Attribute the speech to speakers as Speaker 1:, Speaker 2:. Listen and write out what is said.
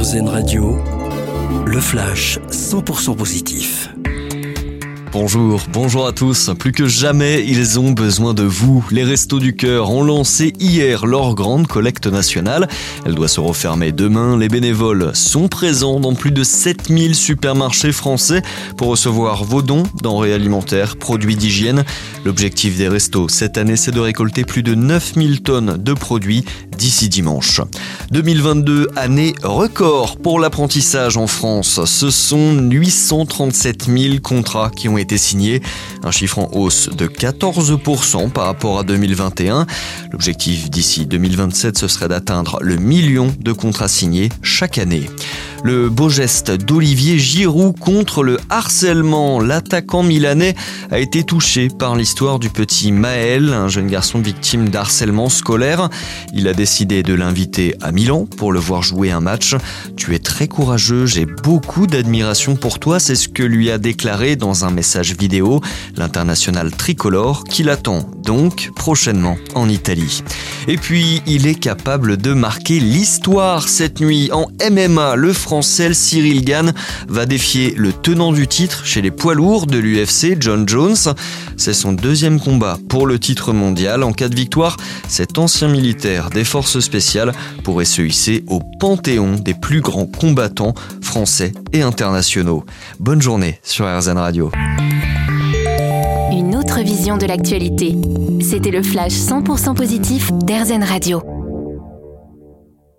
Speaker 1: RZN Radio, le flash 100% positif.
Speaker 2: Bonjour à tous. Plus que jamais, ils ont besoin de vous. Les Restos du Cœur ont lancé hier leur grande collecte nationale. Elle doit se refermer demain. Les bénévoles sont présents dans plus de 7000 supermarchés français pour recevoir vos dons, denrées alimentaires, produits d'hygiène. L'objectif des restos cette année, c'est de récolter plus de 9000 tonnes de produits d'ici dimanche. 2022, année record pour l'apprentissage en France. Ce sont 837 000 contrats qui ont été signés, un chiffre en hausse de 14% par rapport à 2021. L'objectif d'ici 2027, ce serait d'atteindre le 1 million de contrats signés chaque année. Le beau geste d'Olivier Giroud contre le harcèlement. L'attaquant milanais a été touché par l'histoire du petit Maël, un jeune garçon victime d'harcèlement scolaire. Il a décidé de l'inviter à Milan pour le voir jouer un match. « Tu es très courageux, j'ai beaucoup d'admiration pour toi », c'est ce que lui a déclaré dans un message vidéo l'international tricolore qui l'attend donc prochainement en Italie. Et puis, il est capable de marquer l'histoire cette nuit en MMA. Le Français Cyril Gane va défier le tenant du titre chez les poids lourds de l'UFC, John Jones. C'est son deuxième combat pour le titre mondial. En cas de victoire, cet ancien militaire des forces spéciales pourrait se hisser au panthéon des plus grands combattants français et internationaux. Bonne journée sur RZN Radio.
Speaker 3: Une autre vision de l'actualité. C'était le flash 100% positif d'RZN Radio.